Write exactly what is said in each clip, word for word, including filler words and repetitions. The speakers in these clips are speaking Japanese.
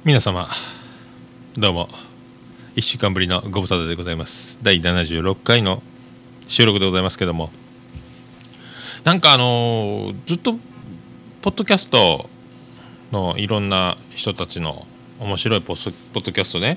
皆様どうもいっしゅうかんぶりのご無沙汰でございます。だいななじゅうろっかいの収録でございますけども、なんかあのー、ずっとポッドキャストのいろんな人たちの面白いポスポッドキャストね、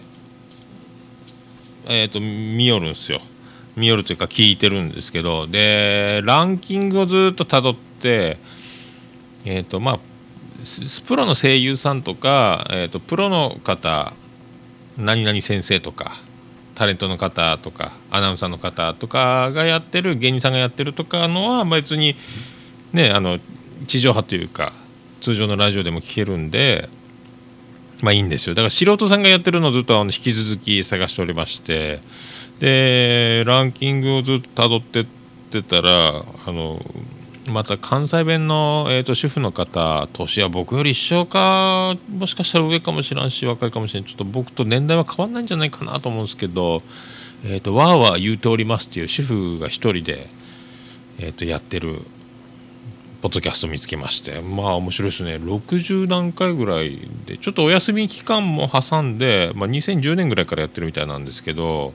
えっと見よるんですよ。見よるというか聞いてるんですけど、でランキングをずっと辿ってえっとまあプロの声優さんとか、えー、とプロの方何々先生とかタレントの方とかアナウンサーの方とかがやってる芸人さんがやってるとかのは別にね、あの地上波というか通常のラジオでも聞けるんでまあいいんですよ。だから素人さんがやってるのをずっとあの引き続き探しておりまして、でランキングをずっと辿ってってたらあのまた関西弁の、えー、と主婦の方、年は僕より一緒かもしかしたら上かもしれんし若いかもしれん、ちょっと僕と年代は変わんないんじゃないかなと思うんですけど、えー、とわーわー言うておりますっていう主婦が一人で、えー、とやってるポッドキャスト見つけまして、まあ面白いですね。ろくじゅうなんかいぐらいでちょっとお休み期間も挟んで、まあ、にせんじゅうねんぐらいからやってるみたいなんですけど、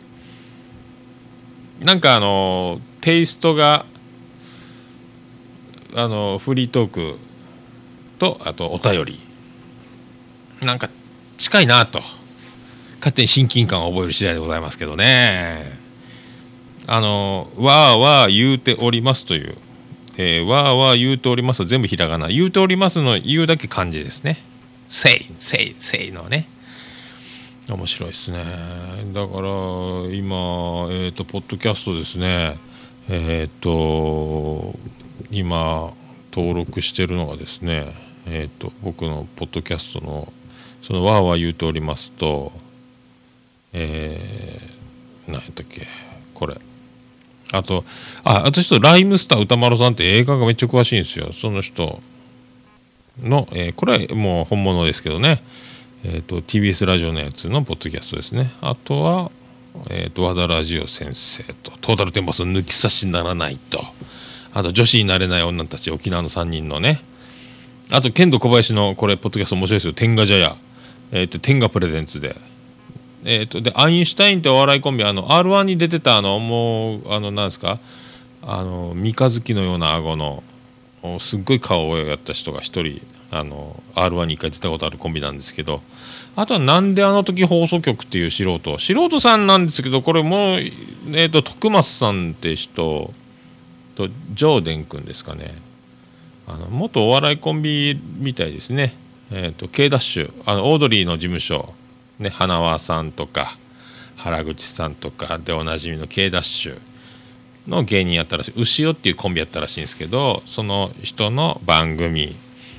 なんかあのテイストがあのフリートークとあとお便りなんか近いなと勝手に親近感を覚える次第でございますけどね。あのわーわー言うておりますという、えー、わーわー言うております全部ひらがな、言うておりますの言うだけ漢字ですね。せいせいせいのね、面白いですね。だから今えっ、ー、とポッドキャストですね、えっ、ー、と今登録してるのがですね、えー、と僕のポッドキャストのそのわーわー言うておりますと、えー、何やったっけこれ、あとああとちょっとライムスター歌丸さんって映画がめっちゃ詳しいんですよ。その人の、えー、これはもう本物ですけどね、えー、と ティービーエス ラジオのやつのポッドキャストですね。あとは、えー、と和田ラジオ先生とトータルテンボス抜き差しならないと、あと女子になれない女たち沖縄のさんにんのね、あと剣道小林のこれポッドキャスト面白いですよ。天下茶屋、えー、と天下プレゼンツで、えー、とでアインシュタインってお笑いコンビ、あの アールワン に出てたあのもうあのなんですか、あの三日月のような顎のすっごい顔をやった人が一人あの アールワン に一回出たことあるコンビなんですけど、あとはなんであの時放送局っていう素人素人さんなんですけど、これもう、えー、と徳松さんって人とジョーデン君ですかね、あの元お笑いコンビみたいですね。えー、と K ダッシュ、あのオードリーの事務所、ね、花輪さんとか原口さんとかでおなじみの K ダッシュの芸人やったらしい、牛尾っていうコンビやったらしいんですけど、その人の番組、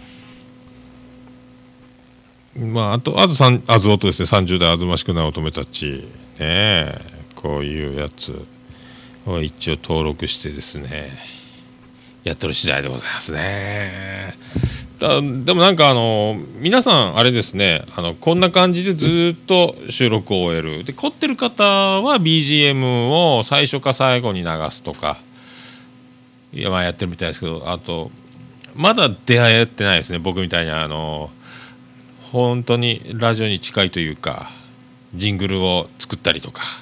まああとあずさんあずおとですね、さんじゅう代あずましくない乙女たちね、こういうやつを一応登録してですねやってる次第でございますね。だでもなんかあの皆さんあれですね、あのこんな感じでずっと収録を終えるで、凝ってる方は ビージーエム を最初か最後に流すとか、いやまあやってるみたいですけど、あとまだ出会えてないですね、僕みたいにあの本当にラジオに近いというかジングルを作ったりとか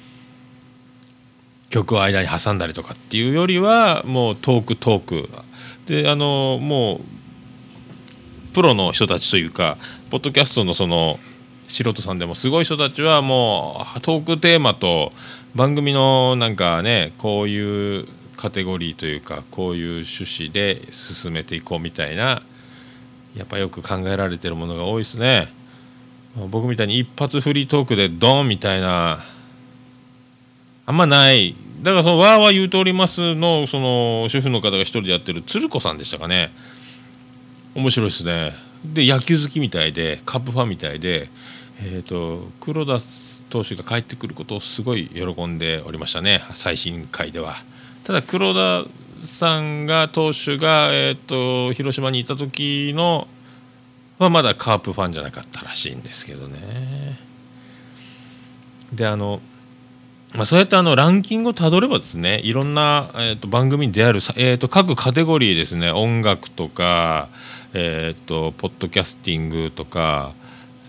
曲を間に挟んだりとかっていうよりはもうトークトークで、あのもうプロの人たちというかポッドキャストのその素人さんでもすごい人たちはもうトークテーマと番組のなんかね、こういうカテゴリーというかこういう趣旨で進めていこうみたいな、やっぱよく考えられてるものが多いですね。僕みたいに一発フリートークでドンみたいなあんまない。だからそのわーわー言うとおりますのその主婦の方が一人でやってる鶴子さんでしたかね、面白いですね。で野球好きみたいでカップファンみたいで、えーと黒田投手が帰ってくることをすごい喜んでおりましたね、最新回では。ただ黒田さんが投手が、えーと広島にいた時のはまだカープファンじゃなかったらしいんですけどね。であのまあ、そうやってあのランキングをたどればですね、いろんな、えー、と番組に出会える、えー、と各カテゴリーですね、音楽とか、えー、とポッドキャスティングとか、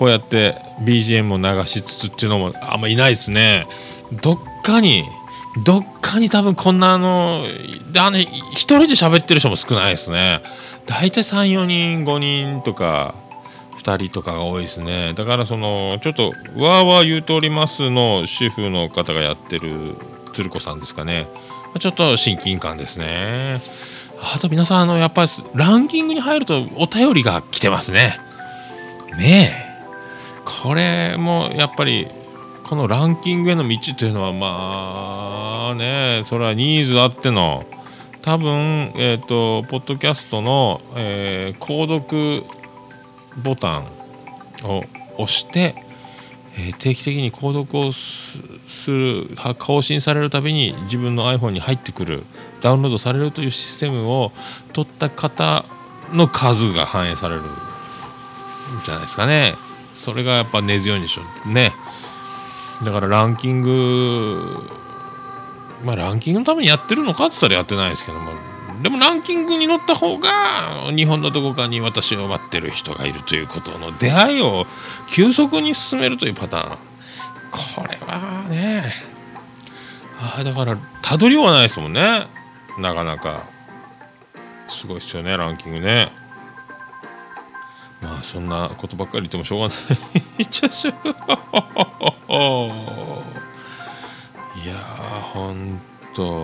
こうやって ビージーエム を流しつつっていうのもあんまいないですね。どっかにどっかに多分こんなあのあの一人で喋ってる人も少ないですね。だいたいさん、よにんごにんとかふたりとかが多いですね。だからそのちょっとわーわー言うておりますの主婦の方がやってる鶴子さんですかね、ちょっと親近感ですね。あと皆さんあのやっぱりランキングに入るとお便りが来てますね。ねえこれもやっぱりこのランキングへの道というのはまあねそれはニーズあっての多分えっとポッドキャストの、えー、購読ボタンを押して、えー、定期的に購読をする更新されるたびに自分の iPhone に入ってくるダウンロードされるというシステムを取った方の数が反映されるんじゃないですかね。それがやっぱ根強いんでしょうね。だからランキングまあランキングのためにやってるのかって言ったらやってないですけども、でもランキングに乗った方が日本のどこかに私を待ってる人がいるということの出会いを急速に進めるというパターン、これはねあだからたどりようがないですもんね。なかなかすごいですよねランキングね。まあそんなことばっかり言ってもしょうがないちゃしょいやーほんと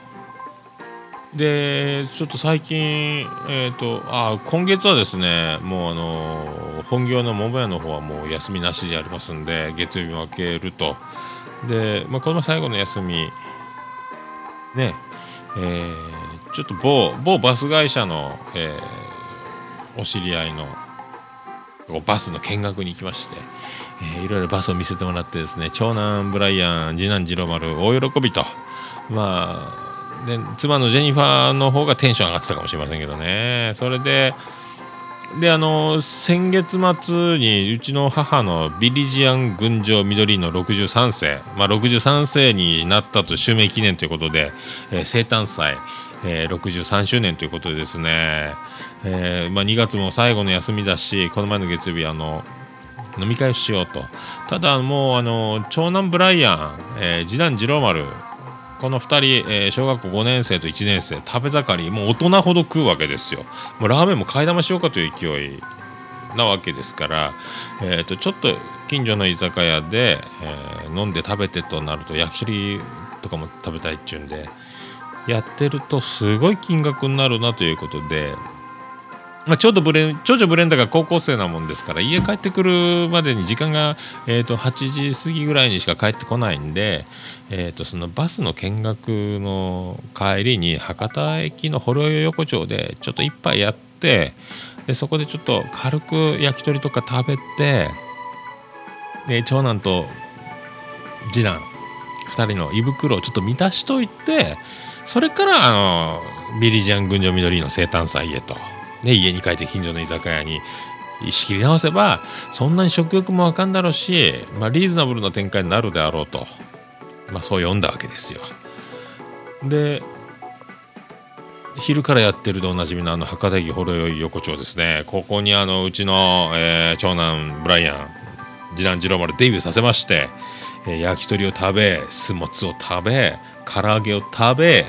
でちょっと最近えっ、ー、とあ今月はですねもうあのー、本業の桃屋の方はもう休みなしでありますんで月曜日も明けるとで、まあ、この最後の休みねえー、ちょっと某某バス会社の、えー、お知り合いのバスの見学に行きまして、えー、いろいろバスを見せてもらってですね長男ブライアン次男次郎丸大喜びとまあで妻のジェニファーの方がテンション上がってたかもしれませんけどね。それでであの先月末にうちの母のビリジアン群青緑のろくじゅうさん世、まあ、ろくじゅうさん世になったと襲名記念ということで、えー、生誕祭、えー、ろくじゅうさん周年ということでですね、えーまあ、にがつも最後の休みだしこの前の月曜日あの飲み会をしようと。ただもうあの長男ブライアン、えー、次男次郎丸このふたり、えー、小学校ごねん生といちねん生食べ盛りもう大人ほど食うわけですよ。もうラーメンも替え玉しようかという勢いなわけですから、えー、とちょっと近所の居酒屋で、えー、飲んで食べてとなると焼き鳥とかも食べたいっちゅうんでやってるとすごい金額になるなということで、まあ、ちょうどブレ長女ブレンダが高校生なもんですから家帰ってくるまでに時間が、えー、とはちじ過ぎぐらいにしか帰ってこないんで、えー、とそのバスの見学の帰りに博多駅のほろよ横丁でちょっと一杯やってでそこでちょっと軽く焼き鳥とか食べてで長男と次男ふたりの胃袋をちょっと満たしといてそれからあのビリジャン群青緑の生誕祭へと。ね、家に帰って近所の居酒屋に仕切り直せばそんなに食欲もわかんだろうし、まあ、リーズナブルな展開になるであろうと、まあ、そう読んだわけですよ。で昼からやってるでおなじみのあの博多駅ほろよい横丁ですね。ここにあのうちの、えー、長男ブライアン次男次郎丸デビューさせまして、えー、焼き鳥を食べ酢もつを食べ唐揚げを食べ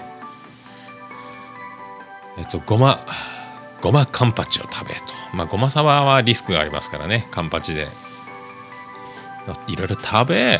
えっとごまごまカンパチを食べと、まあ、ごまサワーはリスクがありますからねカンパチでいろいろ食べ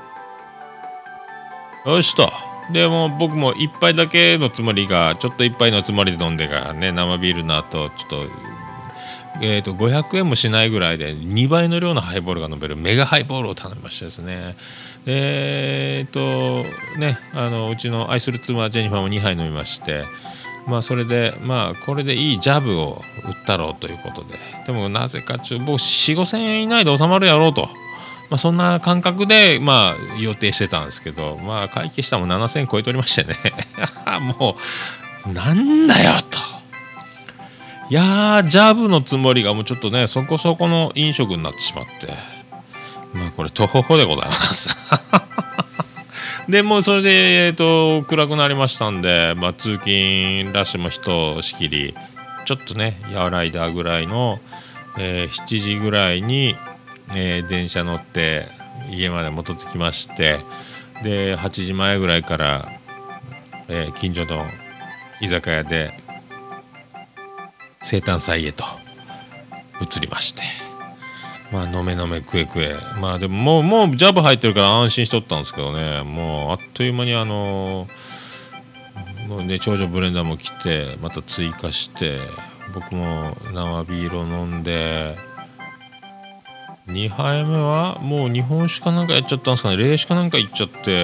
よしとでもう僕も一杯だけのつもりがちょっと一杯のつもりで飲んでがね生ビールの後ちょっとえーとごひゃくえんもしないぐらいでにばいの量のハイボールが飲めるメガハイボールを頼みましてですねえーとねあのうちの愛する妻ジェニファーもにはい飲みましてまあそれでまあこれでいいジャブを打ったろうということででもなぜかちょ僕 よん、ごせんえん以内で収まるやろうと、まあ、そんな感覚でまあ予定してたんですけどまあ会計したらもうななせんえん超えておりましてねもうなんだよといやージャブのつもりがもうちょっとねそこそこの飲食になってしまってまあこれとほほでございますでもうそれで、えー、と暗くなりましたんで、まあ、通勤ラッシュもひとしきりちょっとね和らいだぐらいの、えー、しちじぐらいに、 えー、電車乗って家まで戻ってきまして、ではちじまえぐらいから、えー、近所の居酒屋で生誕祭へと移りまして、まあ飲め飲め食え食え、まあでももうもうジャブ入ってるから安心しとったんですけどね、もうあっという間にあのー、もうね長女ブレンダーも来てまた追加して、僕も生ビールを飲んで、にはいめはもう日本酒かなんかやっちゃったんですかね、冷酒かなんかいっちゃって、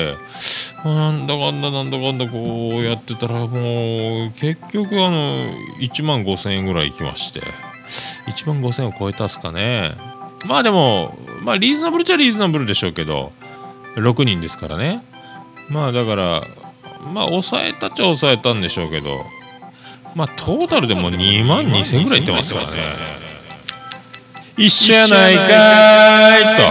なんだかんだなんだかんだこうやってたら、もう結局あのいちまんごせんえんぐらいいきまして、いちまんごせんえんを超えたっすかね。まあでもまあリーズナブルっちゃリーズナブルでしょうけど、ろくにんですからね。まあだからまあ抑えたっちゃ抑えたんでしょうけど、まあトータルでもにまんにせんぐらいいってますからね。一緒やないかーい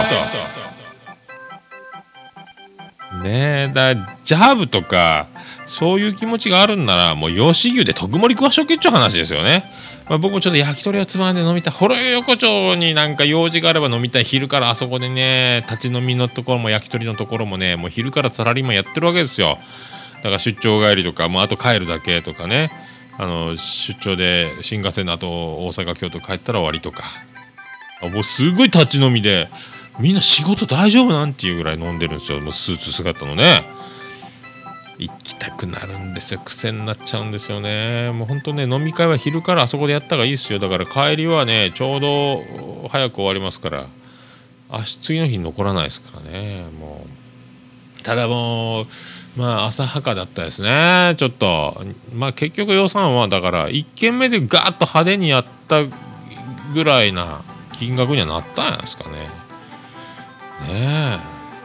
とねえ、だジャブとかそういう気持ちがあるんなら、もう吉牛で特盛り食わしとけっちゅう話ですよね。まあ、僕もちょっと焼き鳥をつまんで飲みたい、ほろよ横丁になんか用事があれば飲みたい、昼からあそこでね立ち飲みのところも焼き鳥のところもね、もう昼からサラリーマンやってるわけですよ。だから出張帰りとか、もうあと帰るだけとかね、あの出張で新幹線の後大阪京都帰ったら終わりとか、もうすごい立ち飲みで、みんな仕事大丈夫なんていうぐらい飲んでるんですよ。もうスーツ姿のね、行きたくなるんですよ。癖になっちゃうんですよね。もうほんとね、飲み会は昼からあそこでやった方がいいですよ。だから帰りはねちょうど早く終わりますから、明日次の日に残らないですからね。もうただもうまあ浅はかだったですね。ちょっとまあ結局予算はだからいっけんめでガーッと派手にやったぐらいな金額にはなったんじゃないですかね。ねえ、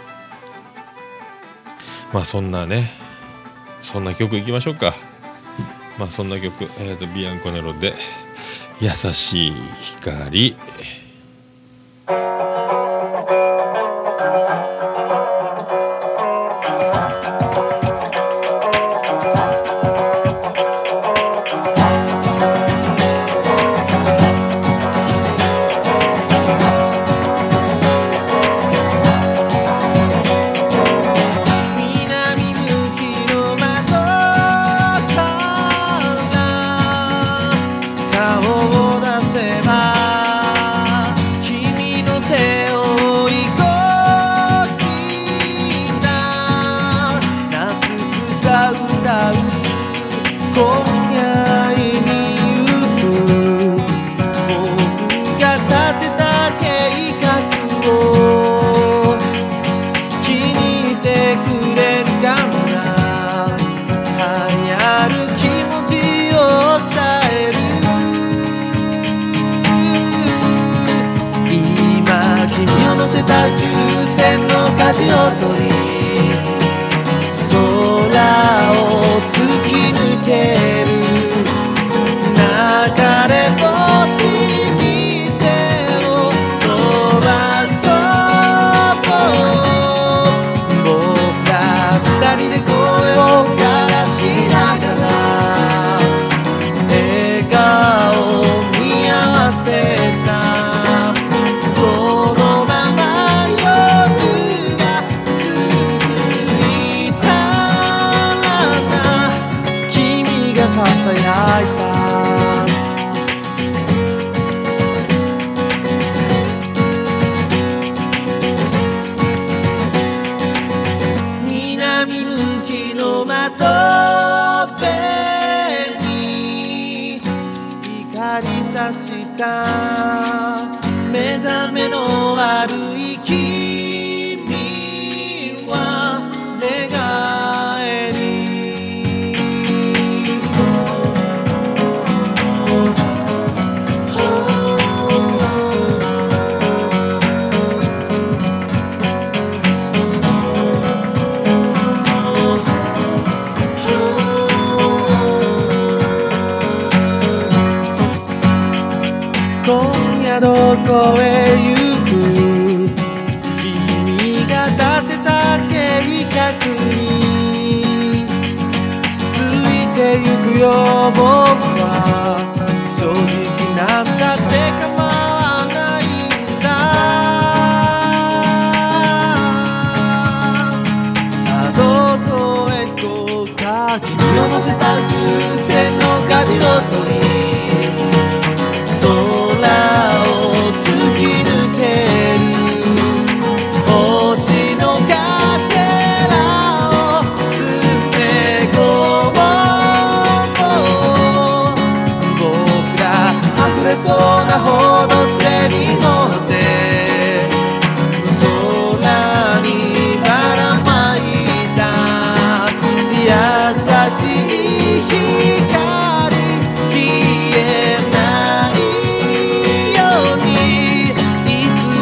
まあそんなね、そんな曲いきましょうか。まあそんな曲、えーとビアンコネロで優しい光。 正直なんだって構わないんだ。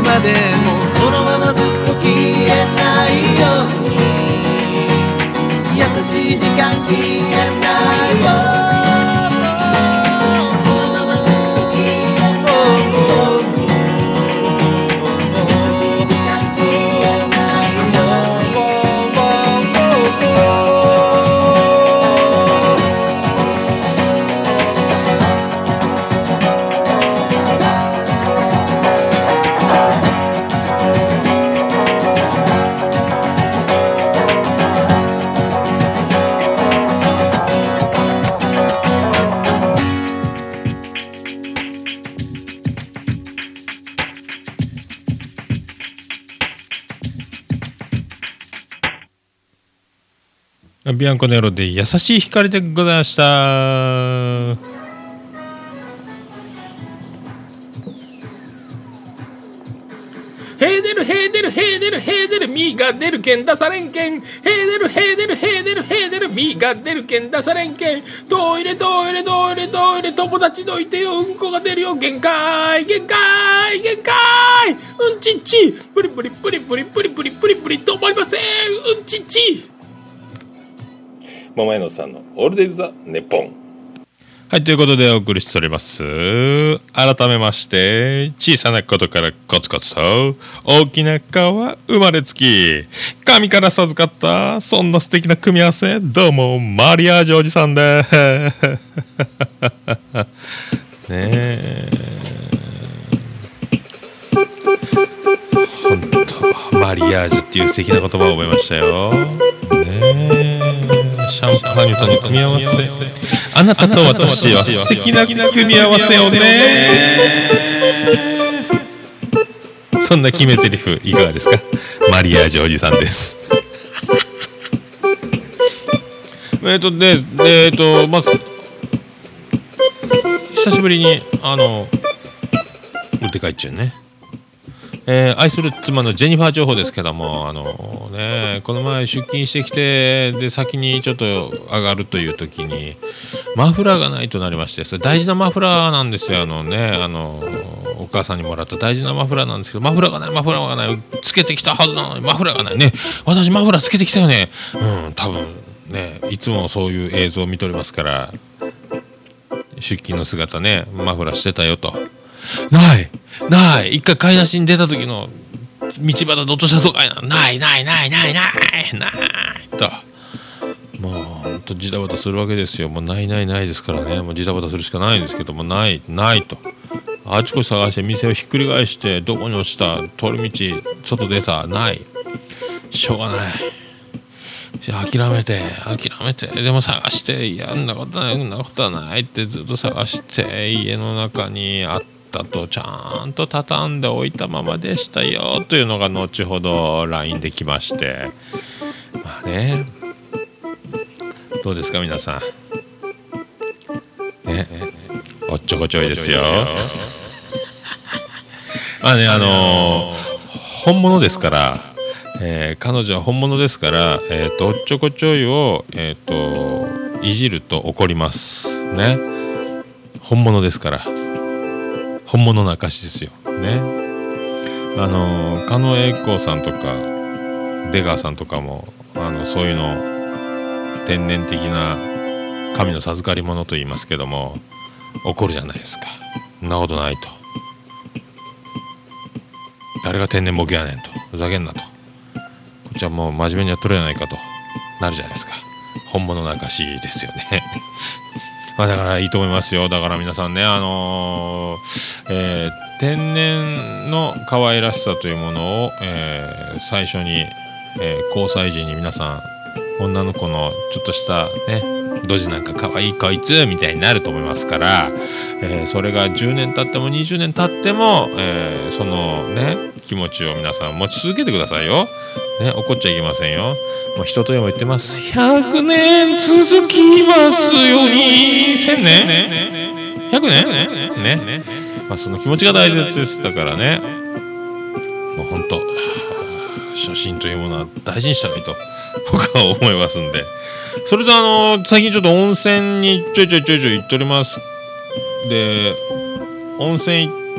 までもこのままずっと消えないように優しい時間消えないよビアンコネロで優しい光でございました。 ヘーデルヘーデルヘーデルヘーデルミーが出るけん出されんけんヘーデルヘーデルヘーデルヘーデルミーが出るけん出されんけんトイレトイレトイレトイレ友達どいてようんこが出るよ限界限界限界うんちっちプリプリプリプリプリプリプリプリ止まりませんうんちっち桃屋のさんのオールデイズ・ザ・ネポン。 はい、ということでお送りしております。改めまして小さなことからコツコツと大きな川生まれつき神から授かったそんな素敵な組み合わせ、どうもマリアージュおじさんでねえ本当マリアージュっていう素敵な言葉を覚えましたよねえ。シャンパーニュとの組み合わせ、あなたと私は素敵な組み合わせをね。そんな決め台詞いかがですか。マリアージュおじさんですえっとでえっとまず久しぶりにあの売って帰っちゃうね。えー、愛する妻のジェニファー情報ですけども、あのね、この前出勤してきてで先にちょっと上がるという時にマフラーがないとなりまして、それ大事なマフラーなんですよ。あのね、あのお母さんにもらった大事なマフラーなんですけど、マフラーがないマフラーがないつけてきたはずなのにマフラーがないね。私マフラーつけてきたよね。うん、多分ね、いつもそういう映像を見ておりますから、出勤の姿ね、マフラーしてたよと。ないない一回買い出しに出た時の道端で落としたとかやな、ないないないないないないと、もうほんとジタバタするわけですよ。もうないないないですからね、もうジタバタするしかないんですけども、ないないとあちこち探して店をひっくり返してどこに落ちた、通り道外出た、ない、しょうがない、諦めて諦めてでも探して、いやんなことない、んなことはないってずっと探して家の中にあったとちゃんと畳んでおいたままでしたよというのが後ほど ライン できまして、まあね、どうですか皆さんね、おっちょこちょいですよまあね、あのー、本物ですから、えー、彼女は本物ですから、えーと、おっちょこちょいを、えーと、いじると怒りますね。本物ですから、本物の証ですよね。あの狩野英孝さんとか出川さんとかもあのそういうの天然的な神の授かり物と言いますけども、怒るじゃないですか。そんなことないと、誰が天然ボケやねんと、ふざけんなと、こっちはもう真面目にやっとるやないかとなるじゃないですか。本物の証ですよねまあだからいいと思いますよ。だから皆さんね、あのーえー、天然の可愛らしさというものを、えー、最初に、えー、交際時に皆さん女の子のちょっとしたねドジなんか可愛いこいつみたいになると思いますから、えー、それがじゅうねん経ってもにじゅうねん経っても、えー、そのね気持ちを皆さん持ち続けてくださいよ、ね、怒っちゃいけませんよ。もう一とおりも言ってます。ひゃくねん続きますように、せんねんひゃくねんね、まあ、その気持ちが大切です。だからね、もう本当初心というものは大事にしたいと僕は思いますんで。それとあの最近ちょっと温泉にちょいちょいちょいちょい行っております。で温泉行っ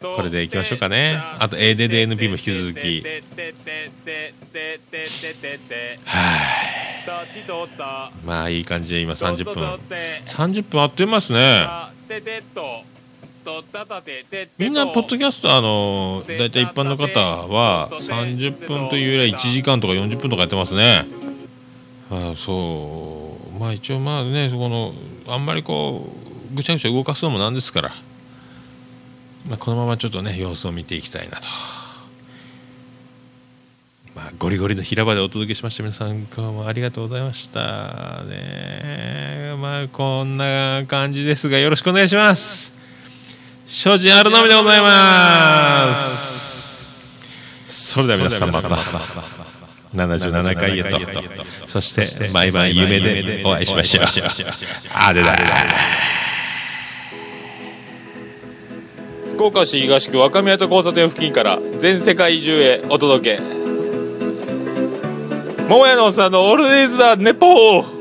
これでいきましょうかね。あと エーディーディーエヌピー も引き続きはいまあいい感じで今さんじゅっぷんさんじゅっぷんあっという間ですね。みんなポッドキャストあのだいたい一般の方はさんじゅっぷんというよりはいちじかんとかよんじゅっぷんとかやってますね。あそうまあ一応まあねそこのあんまりこうぐちゃぐちゃ動かすのもなんですから、まあ、このままちょっとね様子を見ていきたいなと。まあゴリゴリの平場でお届けしました。皆さん今日もありがとうございましたね。まあこんな感じですがよろしくお願いします。精進あるのみでございます。それでは皆さんまたななじゅうななかいへとそして毎晩夢でお会いしましょう。あれだ福岡市東区若宮と交差点付近から全世界中へお届け桃屋のおっさんのオールディーズ・ザ・ネポー